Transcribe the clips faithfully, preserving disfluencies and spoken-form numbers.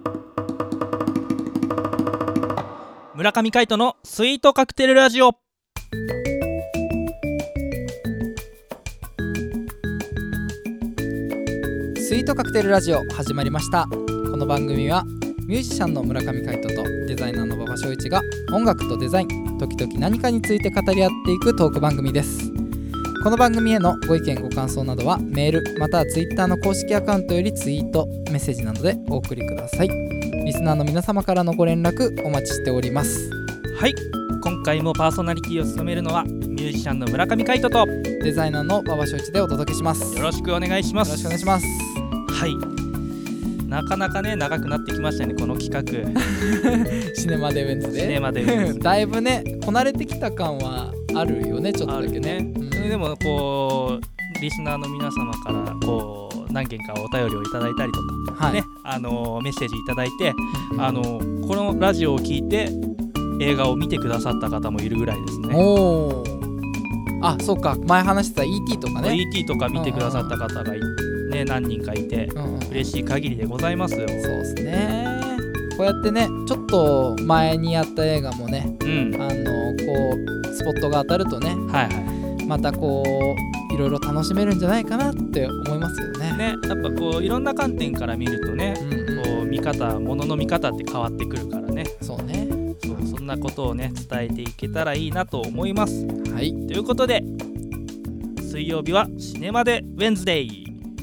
村上海人のスイートカクテルラジオ。 スイートカクテルラジオ始まりました。この番組はミュージシャンの村上海人とデザイナーの馬場翔一が音楽とデザイン、時々何かについて語り合っていくトーク番組です。この番組へのご意見ご感想などはメールまたはツイッターの公式アカウントよりツイート、メッセージなどでお送りください。リスナーの皆様からのご連絡お待ちしております。 はい、今回もパーソナリティを務めるのはミュージシャンの村上海人とデザイナーの馬場翔一でお届けします。 よろしくお願いします。 よろしくお願いします。 はい、なかなかね長くなってきましたねこの企画シネマデウェンズでシネマデウェンズだいぶねこなれてきた感はあるよね、ちょっとだけね。 ね、うん、でもこうリスナーの皆様からこう何件かお便りをいただいたりとか、はいね、あのメッセージいただいて、うん、あのこのラジオを聞いて映画を見てくださった方もいるぐらいですね。 おー、あ、そうか、前話してた イーティー とかねイーティー とか見てくださった方がい、ね、何人かいて、うんうん、嬉しい限りでございますよ。そうですね。こうやってねちょっと前にやった映画もね、うん、あのこうスポットが当たるとね、はいはい、またこういろいろ楽しめるんじゃないかなって思いますけどね。 ね、やっぱこういろんな観点から見るとね、うんうん、こう見方、ものの見方って変わってくるからね。 そうね。 そう、そんなことをね伝えていけたらいいなと思います。 はい。 ということで水曜日はシネマデウェンズデイ。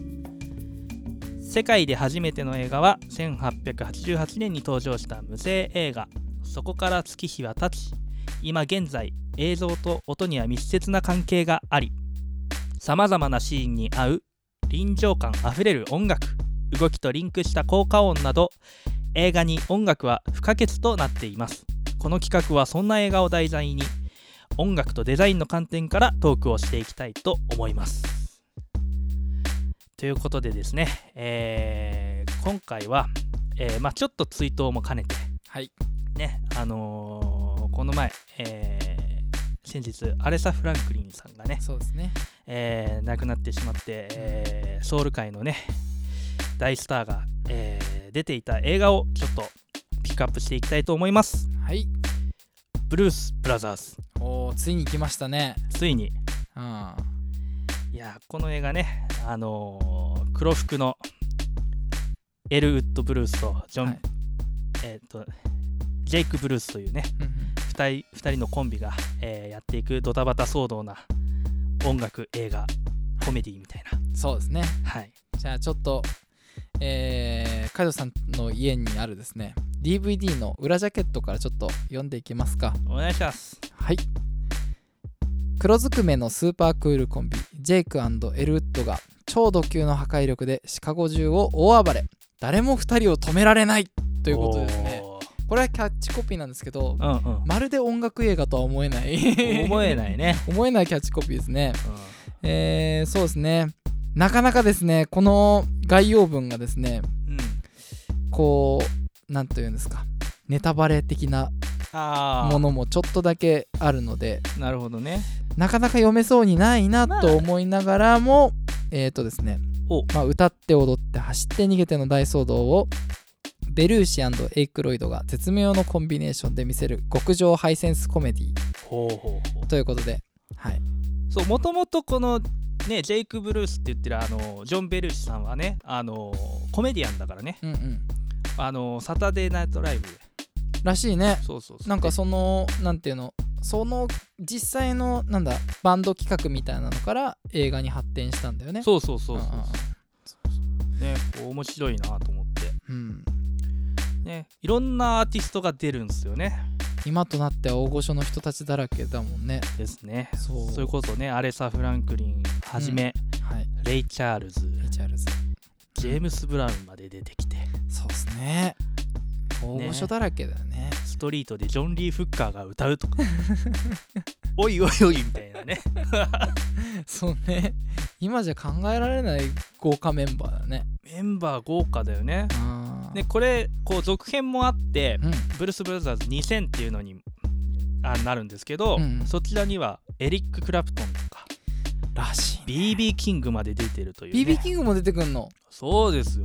世界で初めての映画はせんはっぴゃくはちじゅうはちねんに登場した無声映画。そこから月日は経ち、今現在映像と音には密接な関係があり、さまざまなシーンに合う臨場感あふれる音楽、動きとリンクした効果音など映画に音楽は不可欠となっています。この企画はそんな映画を題材に音楽とデザインの観点からトークをしていきたいと思います。ということでですね、えー、今回は、えーまあ、ちょっと追悼も兼ねて、 はいね、あのー、この前、えー、先日アレサ・フランクリンさんがね、 そうですね、 えー、亡くなってしまって、えー、ソウル界のね大スターが、えー、出ていた映画をちょっとピックアップしていきたいと思います。 はい。 ブルース・ブラザーズ。 おー、ついに来ましたね。 ついに、 うん、 いやこの映画ね、あのー、黒服のエルウッド・ブルースとジョン、はい、えー、とジェイク・ブルースというね、うんうん、2, 人ふたりのコンビが、えー、やっていくドタバタ騒動な音楽、映画、コメディみたいな。 そうですね。 はい。 じゃあちょっと、えー、カイドさんの家にあるですね ディーブイディー の裏ジャケットからちょっと読んでいけますか。 お願いします。 はい。黒ずくめのスーパークールコンビジェイク&エルウッドが超ド級の破壊力でシカゴ中を大暴れ、誰もふたりを止められないということですね。これはキャッチコピーなんですけど、うんうん、まるで音楽映画とは思えない思えないね思えないキャッチコピーですね、うん、えー、そうですね。なかなかですねこの概要文がですね、うん、こうなんというんですか、ネタバレ的なものもちょっとだけあるので、 なるほどね、 なかなか読めそうにないなと思いながらも、まあ、えーとですね、まあ、歌って踊って走って逃げての大騒動をベルーシ&エイクロイドが絶妙のコンビネーションで見せる極上ハイセンスコメディほうほうほうということで、はい、 そう、もともとこのねジェイク・ブルースって言ってるあのジョン・ベルーシさんはね、あのコメディアンだからね、うんうん、あのサタデーナイトライブらしいね。 そうそうそう、 なんかそのなんていうの、その実際のなんだバンド企画みたいなのから映画に発展したんだよね。 そうそうそうそう、うん、ね、面白いなと思って、うんね、いろんなアーティストが出るんですよね。 今となっては大御所の人たちだらけだもんね。 ですね。そう、それこそねアレサ・フランクリンはじめ、うん、はい、レイ・チャールズ、レイ・チャールズ、ジェームス・ブラウンまで出てきて、 そうですね、大御所だらけだよね。 ストリートでジョン・リー・フッカーが歌うとかおいおいおいみたいなねそうね、今じゃ考えられない豪華メンバーだね。 メンバー豪華だよね。でこれこう続編もあって、うん、ブルース・ブラザーズにせんっていうのにあなるんですけど、うん、そちらにはエリック・クラプトンとからしい、ね、 ビービー キングまで出てるという、ね、 ビービー キングも出てくんの？ そうですよ。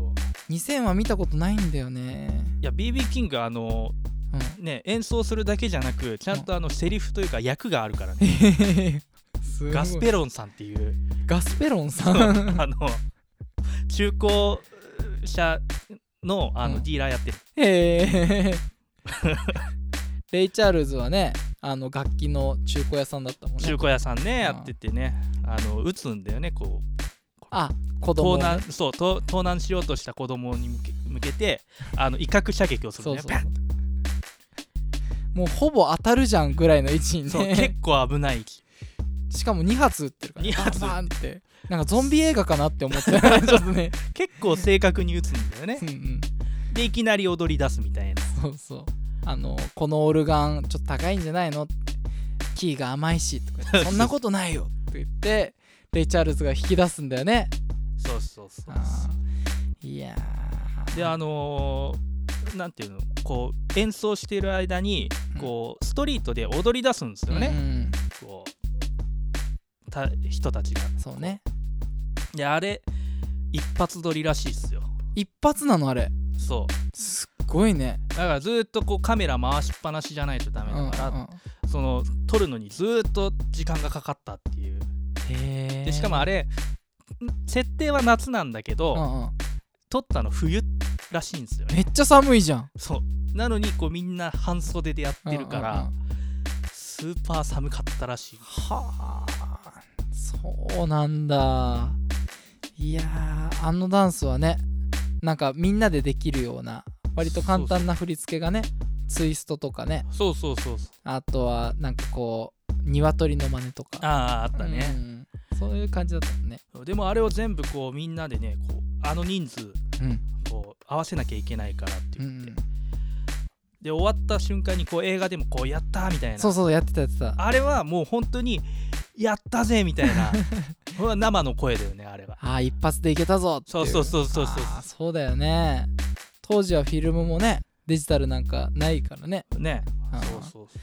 にせんは見たことないんだよね。 いや ビービー キングあの、うん、ね演奏するだけじゃなくちゃんとあのセリフというか役があるからね、うん、ガスペロンさんっていうガスペロンさんあの中古車のあの、うん、ディーラーやってる。 へえレイ・チャールズはねあの楽器の中古屋さんだったもんね。 中古屋さんね、うん、やっててねあの打つんだよねこうあ子供、ね、 盗難そう盗盗難しようとした子供に向け、向けてあの威嚇射撃をするんだよ。そうそうもうほぼ当たるじゃんぐらいの位置にね。 そう結構危ない位置。 しかもに発撃ってるから、 に発バンバンってなんかゾンビ映画かなって思ってちょっとね結構正確に撃つんだよねうん、うん、 でいきなり踊り出すみたいな。 そうそうあのこのオルガンちょっと高いんじゃないのってキーが甘いしとか言ってそんなことないよって言ってレイ・チャールズが引き出すんだよね。 そうそうそういやであのー、なんていうのこう演奏している間にこうストリートで踊り出すんですよね、うん、こうた人たちが。 そうね。 であれ一発撮りらしいっすよ。 一発なのあれ。 そうすっごいね。 だからずっとこうカメラ回しっぱなしじゃないとダメだから、うんうん、その撮るのにずっと時間がかかったっていう。 へでしかもあれ設定は夏なんだけど、うんうん、撮ったの冬らしいんですよね。 めっちゃ寒いじゃん。 そうなのにこうみんな半袖でやってるから、うんうんうん、スーパー寒かったらしい。 はあそうなんだ。いやーあのダンスはねなんかみんなでできるような割と簡単な振り付けがねツイストとかね。 そうそうそうそう。 あとはなんかこう鶏の真似とかあああったね、 うん、そういう感じだったもんね。 でもあれを全部こうみんなでねこうあの人数、うん、こう合わせなきゃいけないからって言って、うん、で終わった瞬間にこう映画でもこうやったみたいな。 そうそうやってたやってた。 あれはもう本当にやったぜみたいな生の声だよねあれは。 ああ一発でいけたぞっていう。 そうそうそうそうそう。 あそうだよね。当時はフィルムもねデジタルなんかないからね。 ねそうそうそう。 そうか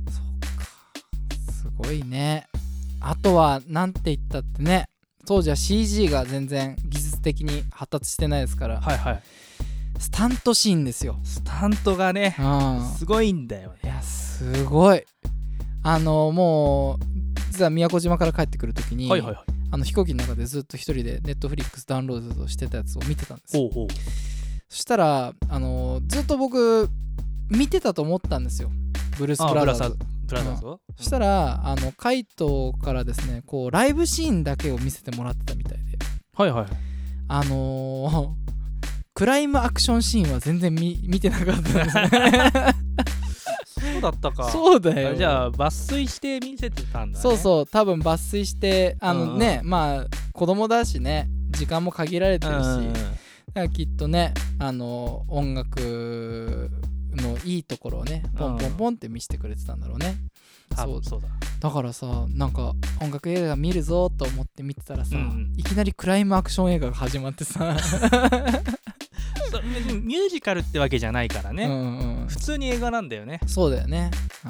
すごいね。あとはなんて言ったってね当時は シージー が全然技術的に発達してないですから、 はいはい、 スタントシーンですよ。 スタントがね、うん、すごいんだよね。 いやすごいあのもう実は宮古島から帰ってくるときに、はいはいはい、あの飛行機の中でずっと一人でネットフリックスダウンロードしてたやつを見てたんですよ。ほうほう。そしたらあのずっと僕見てたと思ったんですよブルース・ブラザーズ。 ブラザーズ、 うん、そしたらあのカイトからですねこうライブシーンだけを見せてもらってたみたいで、 はいはい、 あのー、クライムアクションシーンは全然 見, 見てなかったんですねそうだったか。 そうだよ。 じゃあ抜粋して見せてたんだね。 そうそう多分抜粋してあのね、うん、まあ子供だしね時間も限られてるし、うん、だからきっとねあの音楽のいいところをねポンポンポンって見せてくれてたんだろうね、うん、そうそうだ。 だからさなんか音楽映画見るぞと思って見てたらさ、うん、いきなりクライムアクション映画が始まってさそうミュージカルってわけじゃないからね、うんうん、普通に映画なんだよね。 そうだよね、うん、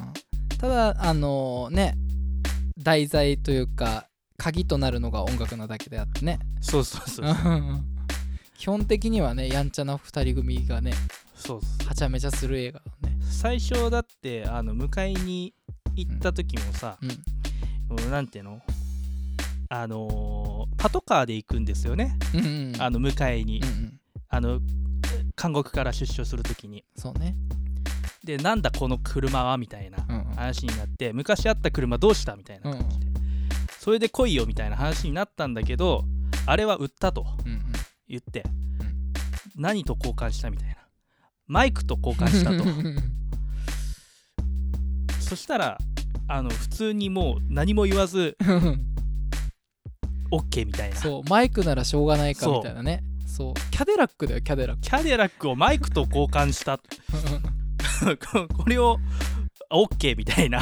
ただあのね題材というか鍵となるのが音楽なだけであってね。 そうそうそう基本的にはねやんちゃなふたり組がねそうそうはちゃめちゃする映画だね。 最初だってあの迎えに行った時もさ、うんうん、なんていうのあのー、パトカーで行くんですよね、うんうん、あの迎えに、うんうん、あの監獄から出所する時に。 そうね。 でなんだこの車はみたいな話になって、うんうん、昔あった車どうしたみたいな感じで、うんうん、それで来いよみたいな話になったんだけどあれは売ったと言って、うんうん、何と交換したみたいなマイクと交換したとそしたらあの普通にもう何も言わずOK みたいな。 そうマイクならしょうがないかみたいなね。そうキャデラックだよキャデラック。 キャデラックをマイクと交換したこれを OK みたいな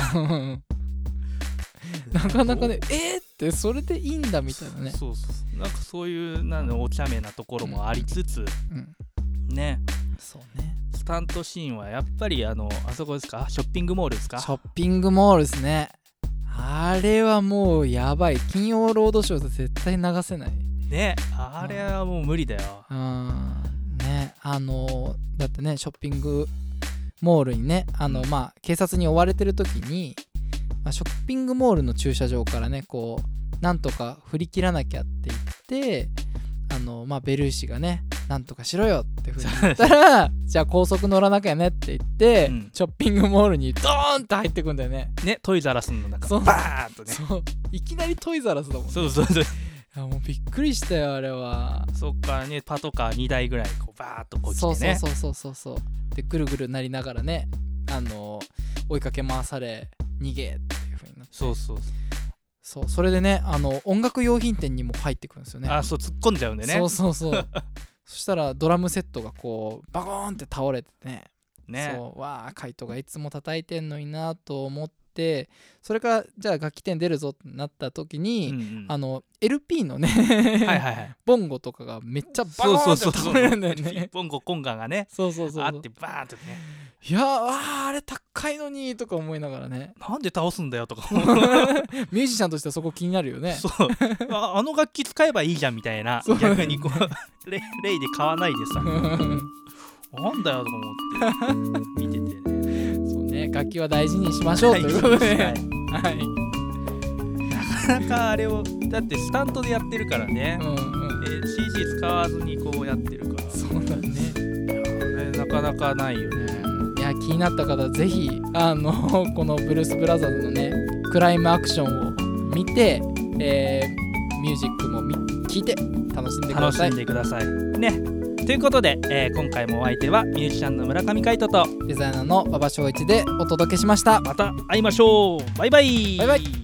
なかなかねえーってそれでいいんだみたいなね。 そうそうなんかそういうなんお茶目なところもありつつ、うんうん、ねそうねスタントシーンはやっぱりあのあそこですかショッピングモールですか。 ショッピングモールですね。あれはもうやばい。金曜ロードショーで絶対流せないね。あれはもう無理だよ。 うんねあのだってねショッピングモールにねあの、まあ、警察に追われてる時に、まあ、ショッピングモールの駐車場からねこうなんとか振り切らなきゃって言ってあの、まあ、ベルーシがねなんとかしろよってふうに言ったらじゃあ高速乗らなきゃねって言って、うん、ショッピングモールにドーンと入ってくんだよね。 ねトイザラスの中バーンとねそういきなりトイザラスだもんね。 そうそうそういやもうびっくりしたよあれは。 そっからねパトカーにだいぐらいこうバーッとこう来てねそうそうそうそうそうでぐるぐるなりながらねあの追いかけ回され逃げっていう風になってそうそうそうそれでねあの音楽用品店にも入ってくるんですよね。 あそう突っ込んじゃうんでね。 そうそうそうそしたらドラムセットがこうバコーンって倒れてねねそうわあカイトがいつも叩いてんのになと思ってそれからじゃあ楽器店出るぞってなった時に、うんうん、あの エルピー のねはいはい、はい、ボンゴとかがめっちゃバコーンって倒れるんだよね。そうそうそうそうボンゴコンガがねそうそうそうそうあってバーンってねいやーあれ高いのにとか思いながらねなんで倒すんだよとかミュージシャンとしてはそこ気になるよね。 そう あ, あの楽器使えばいいじゃんみたいな逆にこうレイで買わないでさなんだよとか思って見ててねそうね楽器は大事にしましょうということで、はいはい、 なかなかあれをだってスタントでやってるからね、うんうん、え シージー 使わずにこうやってるからそうだねなかなかないよね。 いや気になった方はぜひあのこのブルースブラザーズのねクライムアクションを見て、えー、ミュージックも聴いて楽しんでください。 楽しんでくださいね。ということで、えー、今回もお相手はミュージシャンの村上海人とデザイナーの馬場翔一でお届けしました。 また会いましょう。バイバイ。 バイバイ。